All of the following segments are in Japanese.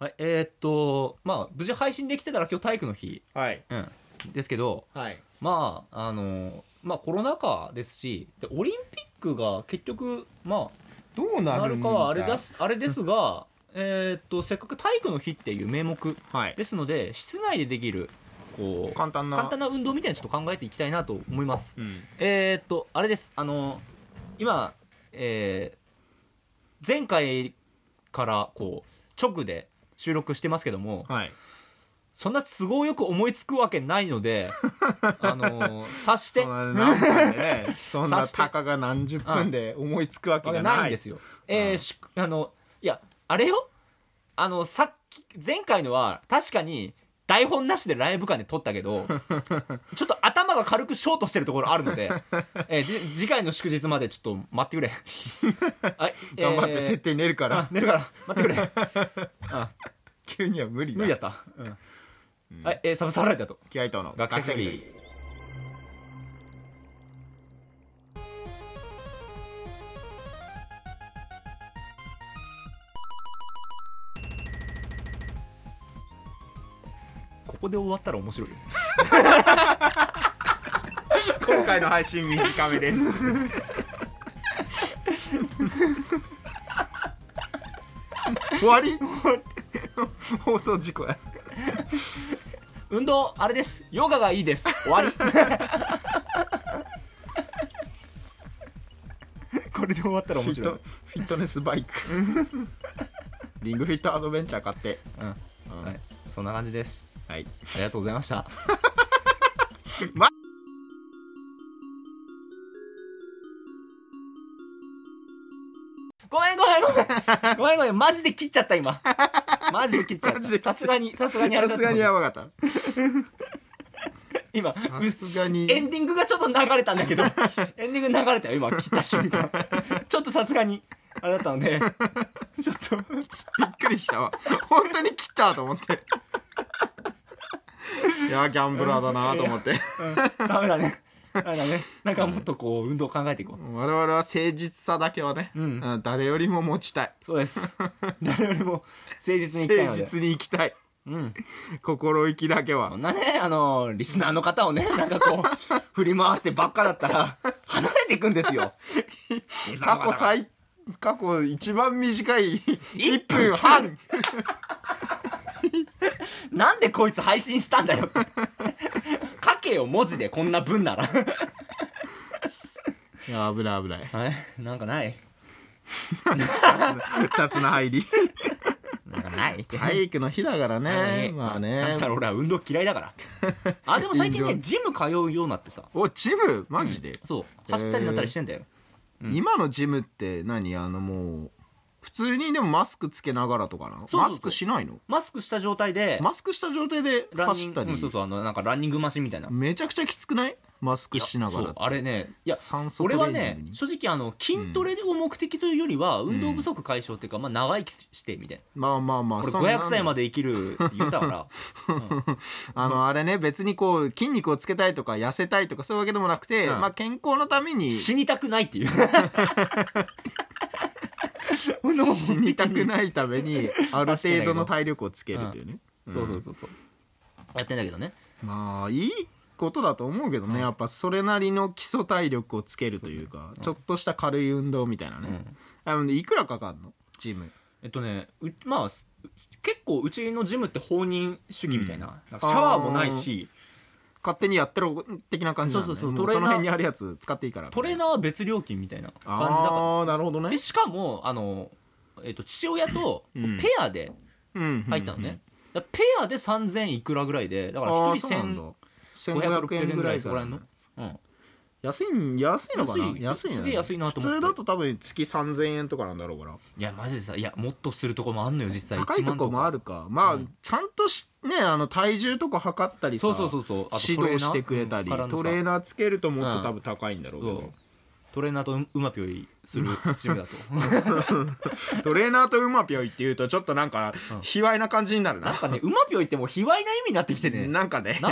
はい、まあ無事配信できてたら今日体育の日、 はい、 ですけど、 はい、 まあまあコロナ禍ですし、でオリンピックが結局まあどうなるんだかはあれですがせっかく体育の日っていう名目ですので、室内でできるこう簡単な運動みたいなちょっと考えていきたいなと思います。あれです、今、前回からこう直で収録してますけども、 はい、 そんな都合よく思いつくわけないので察してそんな何分でねそんなたかが何十分で思いつくわけがないんですよ。いやあれよ、さっき前回のは確かに台本なしでライブ感で撮ったけどちょっと頭が軽くショートしてるところあるので、次回の祝日までちょっと待ってくれはい、 頑張って設定寝るから寝るから待ってくれ急には無理だ。 無理だった、はい、サブサーライダーと気合いとの学者気取り。ここで終わったら面白いよ今回の配信短めです終わり放送事故や運動あれです、ヨガがいいです、終わりこれで終わったら面白い。 フィットネスバイクリングフィットアドベンチャー買って、 はい、そんな感じです。 はい、 ありがとうございましたごめんマジで切っちゃった今マジで切っちゃったさすがにあれだった。 さすがにやばかった今さすがにエンディングがちょっと流れたんだけどエンディング流れたよ今切った瞬間ちょっとさすがにあれだったのでちょっとびっくりしたわ本当に切ったと思っていやギャンブラーだなと思って、 ダメだねなんかもっとこう運動を考えていこう。 我々は誠実さだけはね、誰よりも持ちたい。 そうです誰よりも誠実にいきたいので、 誠実にいきたい、心意気だけは。 そんなねリスナーの方をねなんかこう振り回してばっかだったら離れていくんですよ過去一番短い1分半なんでこいつ配信したんだよ書けよ文字でこんな文ならいや危ないはいなんかない雑な入りなんかない体育の日だからねまあねだから俺は運動嫌いだからでも最近ねジム通うようになってさ。 おジムマジで、 そう走ったりなったりしてんだよ、 今のジムって何もう普通にでもマスクつけながらとかな。 そうマスクしないの？ マスクした状態で走ったり、 なんかランニングマシンみたいな。 めちゃくちゃきつくない？マスクしながら。 あれね、いや酸素トレーニングに俺はね正直筋トレを目的というよりは運動不足解消っていうか、まあ長生きしてみたいな。 まあ俺500歳まで生きるって言ったから、 あれね別にこう筋肉をつけたいとか痩せたいとかそういうわけでもなくて、まあ健康のために死にたくないっていう死にたくないためにある程度の体力をつけるというね、 そうやってんだけどね。 まあいいことだと思うけどね、やっぱそれなりの基礎体力をつけるというか、ちょっとした軽い運動みたいなね、いくらかかるのジム？ まあ結構うちのジムって放任主義みたいな、シャワーもないし勝手にやってる的な感じなんだね。その辺にあるやつ使っていいから。 トレーナーは別料金みたいな感じだから。 ああなるほどね。 でしかも父親とペアで入ったのね。ペアで3000いくらぐらいで、だから1人1500円ぐらいそこら辺の。 安いのかな。安いね。 すげえ安いなと思って。 普通だと多分月3000円とかなんだろうから。 いやマジでさ、いやもっとするとこもあんのよ実際。 高いとこもあるか。まあちゃんとね体重とか測ったりさ、指導してくれたり、トレーナーつけるともっと多分高いんだろうけど。 トレーナーとうまぴょいするジムだとトレーナーとうまぴょいっていうとちょっとなんか卑猥な感じになるな。 なんかねうまぴょいってもう卑猥な意味になってきてね。 なんかね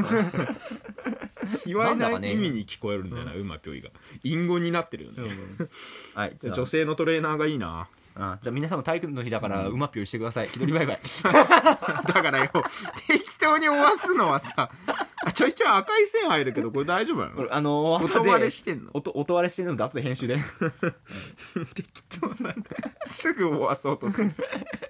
卑猥な意味に聞こえるんだよな、うまぴょいが隠語になってるよね。 はい、 女性のトレーナーがいいな。 あじゃあ皆さんも体育の日だから馬ぴょいしてください。気取りバイバイ。 だからよ適当に終わすのはさちょいちょい赤い線入るけどこれ大丈夫なの？音割れしてんの？ 音割れしてんので後で編集で適当なんだすぐ終わそうとする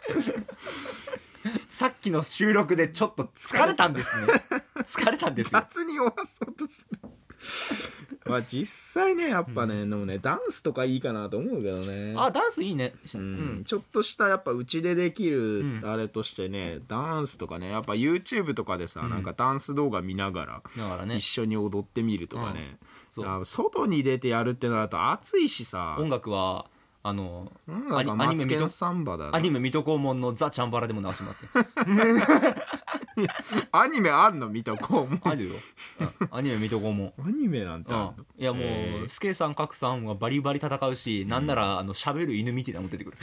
さっきの収録でちょっと疲れたんですね。疲れたんですよ。 雑に終わそうとするまあ実際ねやっぱね、でもねダンスとかいいかなと思うけどね。 あダンスいいね、 ちょっとしたやっぱうちでできるあれとしてね、ダンスとかねやっぱ YouTube とかでさ、なんかダンス動画見ながらだからね一緒に踊ってみるとかね、 そう外に出てやるってなると暑いしさ、 音楽はなんかマツケンサンバだアニメ水戸黄門のザ・チャンバラでも流してもらってアニメあんの水戸黄門あるよ、アニメ水戸黄門アニメなんてあんの、 いやもうスケさんカクさんはバリバリ戦うし、なんなら喋る犬みたいなのも出てくる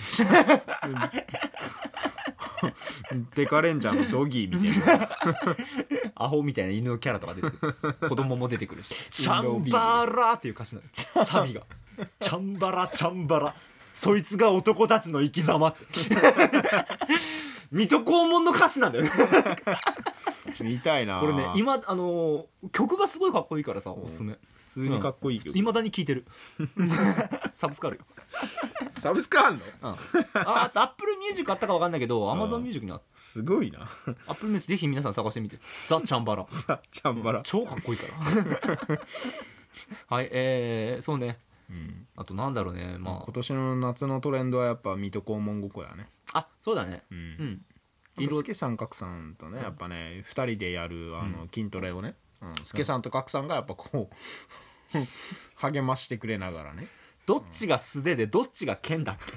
デカレンジャーのドギーみたいなアホみたいな犬のキャラとか出てくる子供も出てくるしチャンバラっていう歌詞なのサビがチャンバラチャンバラそいつが男たちの生き様って水戸黄門の歌詞なんだよね見たいなこれね今曲がすごいかっこいいからさおすすめ、 普通にかっこいい曲、 いまだに聴いてるサブスクあるよ、 サブスクあんの、 あとアップルミュージックあったか分かんないけどアマゾンミュージックにあった、 すごいなアップルミュージックぜひ皆さん探してみてザ・チャンバラザ・チャンバラ、 超かっこいいからはいそうね、あとなんだろうね、まあ今年の夏のトレンドはやっぱ水戸黄門ごっこやね。 あそうだね、 スケさんカクさんとねやっぱね2人でやる筋トレをね、スケさんとカクさんがやっぱこう励ましてくれながらね、 どっちが素手でどっちが剣だっ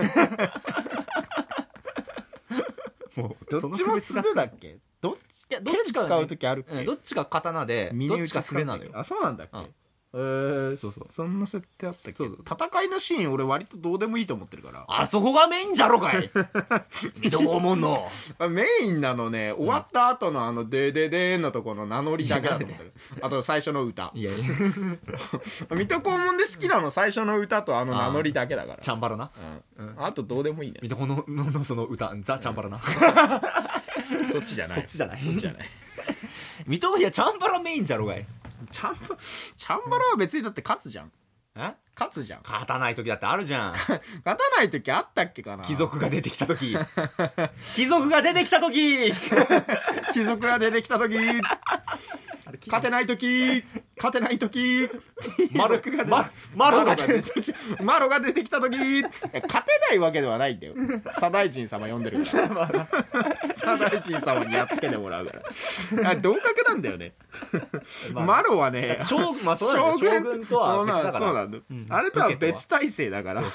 けもうどっちも素手だっけ、どっち、 いやどっちか、ね、 使う時あるっけ、 どっちが刀でどっちが素手なのよ。 あそうなんだっけ、 そうそんな設定あったっけ。戦いのシーン俺割とどうでもいいと思ってるから、 あそこがメインじゃろかい水戸黄門のメインなのね、終わった後のデデデーのとこの名乗りだけだと思ってるあと最初の歌、 いやいや水戸黄門で好きなの最初の歌と名乗りだけだから、 チャンバラな、 あとどうでもいいね、 水戸黄門のその歌ザ・チャンバラな、 そっちじゃない、 そっちじゃないそっちじゃない水戸いやチャンバラメインじゃろがい、 チャンバラは別にだって勝つじゃん、勝つじゃん、 勝たない時だってあるじゃん勝たない時あったっけかな、 貴族が出てきた時貴族が出てきた時貴族が出てきた時勝てない時マロが出てきたマロが出てきた時勝てないわけではないんだよ、左大臣様呼んでるから左大臣様にやっつけてもらうから同格なんだよねマロはね将軍とは別だから、 そうなんだ、あれとは別体制だから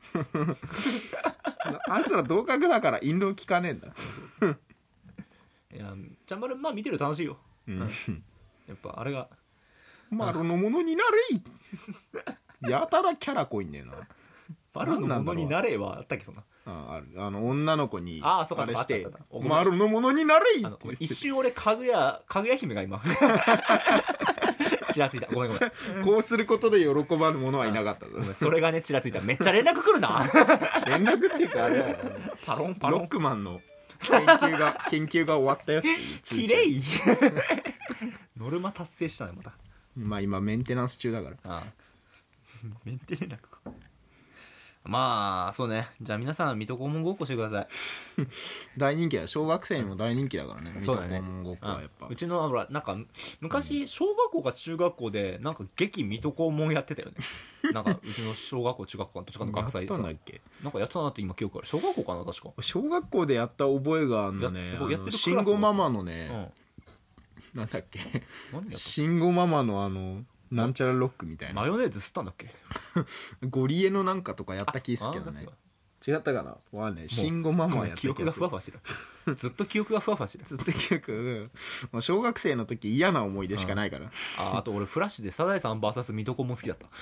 あいつら同格だから印籠聞かねえんだいやチャンバラまあ見てる楽しいよ、やっぱあれがマロのものになれやたらキャラ濃いんだよな、 マロのものになれはあったっけ、そんなある女の子にそうかあれしてあったマロのものになれ一瞬俺かぐや姫が今ちらついた、ごめんこうすることで喜ばぬ者はいなかったそれがねちらついた、めっちゃ連絡来るな連絡っていうかあれはパロンロックマンの研究が終わったよっていう通知、 きれいノルマ達成したねまた、 まあ今メンテナンス中だからメンテ連絡か、まあそうね、じゃあ皆さん水戸黄門ごっこしてください大人気だ、小学生にも大人気だからね、水戸黄そうだね門ごっこはやっぱ、 うちのほらなんか昔小学校か中学校でなんか劇水戸黄門やってたよねなんかうちの小学校中学校どっちかの学祭でさやったんだっけ、 なんかやってたなって今記憶ある、小学校かな確か、 小学校でやった覚えがあるのね、 やってる慎吾ママのね、なんだっけ、慎吾ママのなんちゃらロックみたいなマヨネーズ吸ったんだっけゴリエのなんかとかやった気すけどね、違ったかな、わかんない、慎吾ママやった気がする、 記憶がふわふわしてるずっと記憶がふわふわしてるずっと記憶、もう小学生の時嫌な思い出しかないから、 あと俺フラッシュでサザエさん VS 水戸黄門好きだった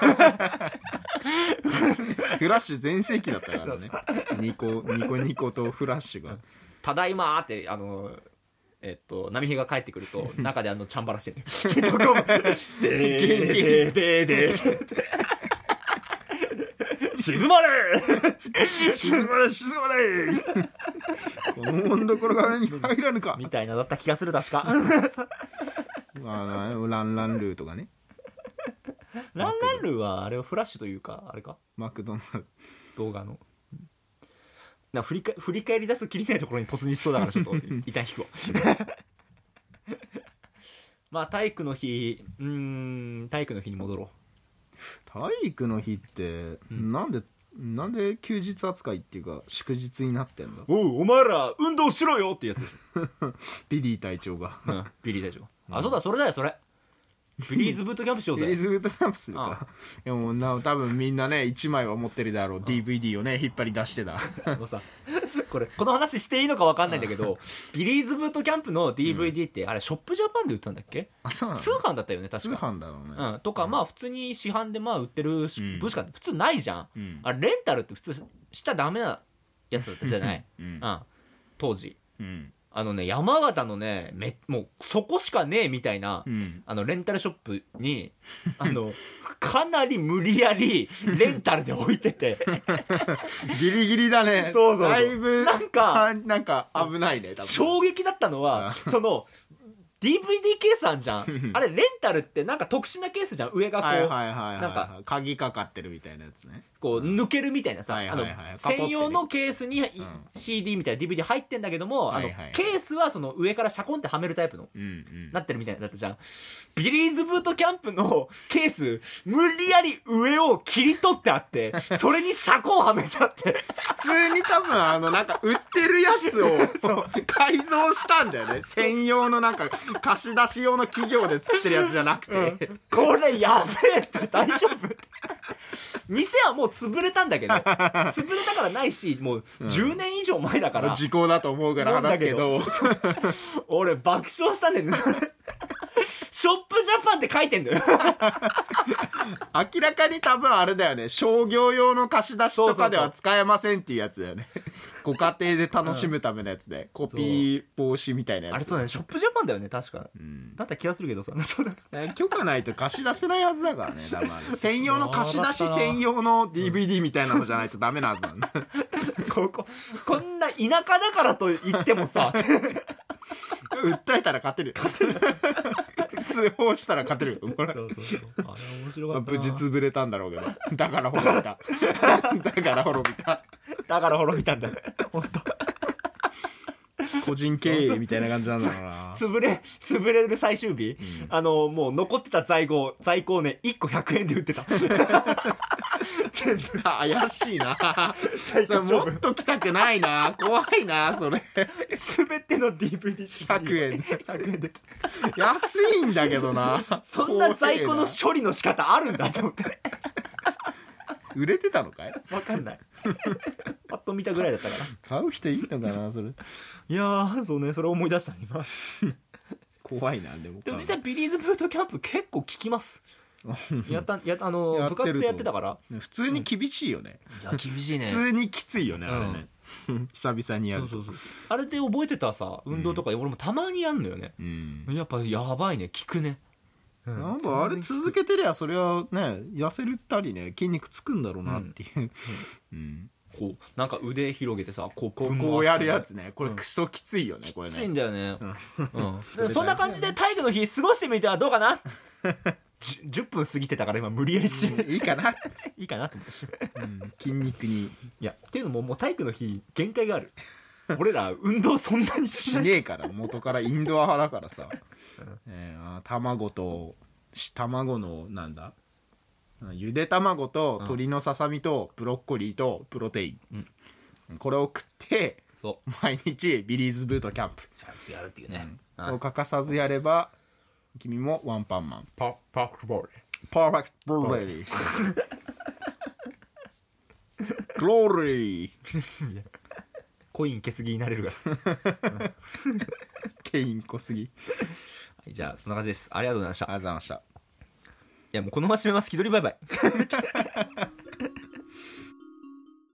フラッシュ全盛期だったからねニコとフラッシュがただいまーって波平が帰ってくると中でチャンバラしてるで静まれ静まれ静まれこの温どころが目に入らぬかみたいなだった気がする確かランランルーとかね。 ランランルーはあれはフラッシュというかあれかマクドナル動画のなんか振り返り出すときりないところに突入しそうだからちょっと一旦引くわまあ体育の日体育の日に戻ろド。体育の日って、なんで休日扱いっていうか祝日になってんだ。 お前ら運動しろよってやつでしょビリー隊長が、 ビリー隊長、あそうだそれだよそれビリーズブートキャンプしようぜビリーズブートキャンプするか。いやもう多分みんなね1枚は持ってるだろう DVD をね引っ張り出してださこの話していいのか分かんないんだけどビリーズブートキャンプの DVD って、あれショップジャパンで売ったんだっけ。 あそうなの。 通販だったよね確か。 通販だろうね、 とかまあ普通に市販でまあ売ってる部しか普通ないじゃん、あれレンタルって普通しちゃダメなやつだったじゃない、当時、山形のねもうそこしかねえみたいな、レンタルショップにかなり無理やりレンタルで置いててギリギリだね。 そうだいぶなんか危ないね多分。 衝撃だったのはそのDVD ケースあんじゃんあれレンタルってなんか特殊なケースじゃん。上がこうなんか鍵かかってるみたいなやつね。 こう抜けるみたいなさ、専用のケースに CD みたいな DVD 入ってんだけども、ケースはその上からシャコンってはめるタイプの、なってるみたいなだったじゃん。ビリーズブートキャンプのケース無理やり上を切り取ってあってそれにシャコンはめたって普通に多分なんか売ってるやつを改造したんだよね。専用のなんか貸し出し用の企業で作ってるやつじゃなくて、 これやべえって大丈夫って店はもう潰れたんだけど潰れたからないしもう10年以上前だから、 時効だと思うから話すけど俺爆笑したんだよねショップジャパンって書いてんだよ明らかに多分あれだよね。商業用の貸し出しとかでは使えませんっていうやつだよねご家庭で楽しむためのやつで、コピー防止みたいなやつ。 あれそうだね、ショップジャパンだよね確か、だった気がするけどさ許可ないと貸し出せないはずだからね多分専用の貸し出し専用の DVD みたいなのじゃないとダメなはずなんだこんな田舎だからと言ってもさ訴えたら勝てる通報したら勝てる。 そうあれ面白かったな。 無事潰れたんだろうけどだから滅びただから滅びたんだ本当個人経営みたいな感じなんだろうな潰れる最終日、もう残ってた在庫をね1個100円で売ってた全部怪しいなそれもっと来たくないな。怖いなそれ。 全ての DVD100 円 100円で安いんだけどなそんな在庫の処理の仕方あるんだと思って売れてたのかい分かんないパッと見たぐらいだったから買う人いいのかなそれ。 いやーそうね、それ思い出した今怖いな。でも実際ビリーズブートキャンプ結構効きます部活でやってたから普通に厳しいよね、 いや厳しいね普通にきついよねあれね、久々にやると。 そうあれで覚えてたさ運動とか、俺もたまにやんのよね、やっぱやばいね、効くね、 なんかあれ続けてりゃそれはね痩せるったりね筋肉つくんだろうなっていう、 こうなんか腕広げてさこうやるやつね。これクソきついよね、これね。 きついんだよね、そんな感じで体育の日過ごしてみてはどうかな10分過ぎてたから今無理やりしいいかないいかなと思って筋肉に。 いやっていうのもう体育の日限界がある俺ら運動そんなにしないねえから元からインドア派だからさ、卵のなんだゆで卵と鶏のささみとブロッコリーとプロテイン、これを食って毎日ビリーズブートキャンプやるっていうね、 を欠かさずやれば君もワンパンマン。 パーフェクトボールパーフェクトボールグローリーコイン消すぎになれるからケイン濃すぎ。 じゃあそんな感じです。ありがとうございました。 ありがとうございました。 いやもうこのまま締めます。気取りバイバイ